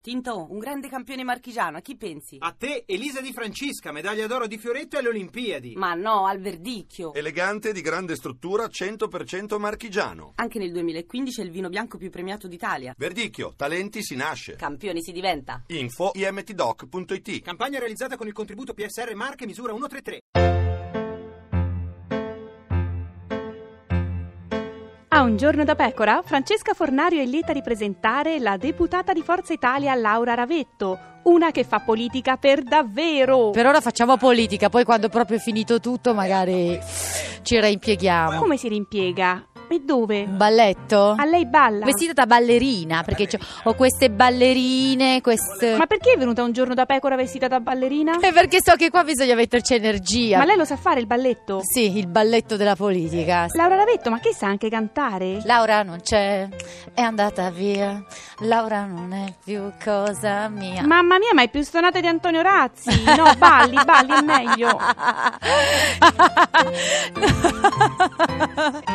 Tinto, un grande campione marchigiano, a chi pensi? A te, Elisa Di Francisca, medaglia d'oro di Fioretto alle Olimpiadi. Ma no, al Verdicchio. Elegante, di grande struttura, 100% marchigiano. Anche nel 2015 è il vino bianco più premiato d'Italia. Verdicchio, talenti si nasce. Campioni si diventa. Info imtdoc.it. Campagna realizzata con il contributo PSR Marche misura 133. A Un giorno da pecora, Francesca Fornario è lieta di presentare la deputata di Forza Italia Laura Ravetto, una che fa politica per davvero. Per ora facciamo politica, poi quando proprio è finito tutto magari ci reimpieghiamo. Come si rimpiega? E dove? Un balletto? A lei balla? Vestita da ballerina, perché ho queste ballerine, Ma perché è venuta Un giorno da pecora vestita da ballerina? Perché so che qua bisogna metterci energia. Ma lei lo sa fare il balletto? Sì, il balletto della politica. Laura Ravetto, ma che sa anche cantare? Laura non c'è, è andata via. Laura non è più cosa mia. Mamma mia, ma è più stonata di Antonio Razzi. No, balli, è meglio.